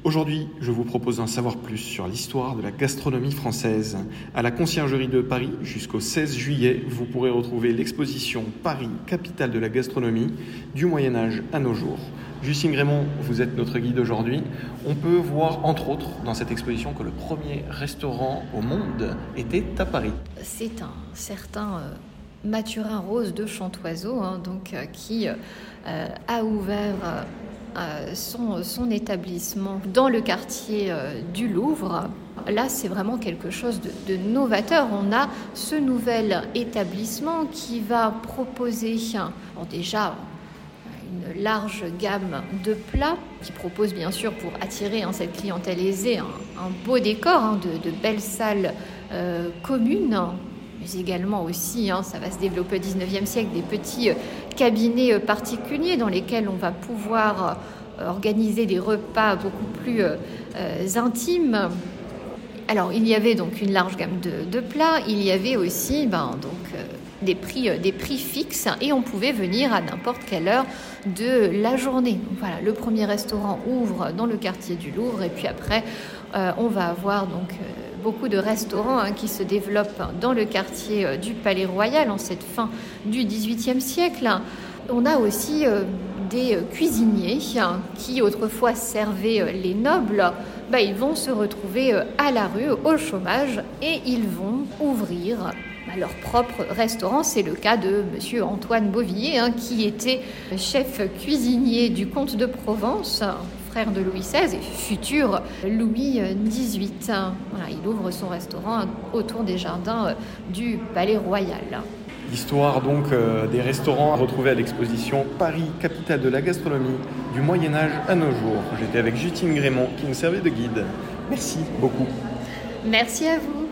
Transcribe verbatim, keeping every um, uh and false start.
Aujourd'hui, je vous propose d'en savoir plus sur l'histoire de la gastronomie française. À la Conciergerie de Paris, jusqu'au seize juillet, vous pourrez retrouver l'exposition Paris, capitale de la gastronomie, du Moyen-Âge à nos jours. Justine Grémont, vous êtes notre guide aujourd'hui. On peut voir, entre autres, dans cette exposition, que le premier restaurant au monde était à Paris. C'est un certain euh, Mathurin Rose de Chantoiseau, hein, donc, euh, qui euh, a ouvert euh, son, son établissement dans le quartier euh, du Louvre. Là, c'est vraiment quelque chose de, de novateur. On a ce nouvel établissement qui va proposer, bon, déjà, une large gamme de plats qui propose bien sûr pour attirer hein, cette clientèle aisée un, un beau décor, hein, de, de belles salles euh, communes, mais également aussi, hein, ça va se développer au dix-neuvième siècle, des petits euh, cabinets euh, particuliers dans lesquels on va pouvoir euh, organiser des repas beaucoup plus euh, euh, intimes. Alors, il y avait donc une large gamme de, de plats, il y avait aussi ben, donc, euh, des, prix, euh, des prix fixes et on pouvait venir à n'importe quelle heure de la journée. Donc, voilà, le premier restaurant ouvre dans le quartier du Louvre et puis après, euh, on va avoir donc, euh, beaucoup de restaurants hein, qui se développent dans le quartier euh, du Palais Royal en cette fin du dix-huitième siècle. On a aussi euh, des cuisiniers hein, qui autrefois servaient euh, les nobles. Bah, ils vont se retrouver euh, à la rue, au chômage, et ils vont ouvrir bah, leur propre restaurant. C'est le cas de monsieur Antoine Beauvillier, hein, qui était chef cuisinier du comte de Provence, frère de Louis seize et futur Louis dix-huit. Voilà, il ouvre son restaurant autour des jardins du Palais Royal. L'histoire donc euh, des restaurants retrouvés à l'exposition Paris, capitale de la gastronomie, du Moyen-Âge à nos jours. J'étais avec Justine Grémont qui nous servait de guide. Merci beaucoup. Merci à vous.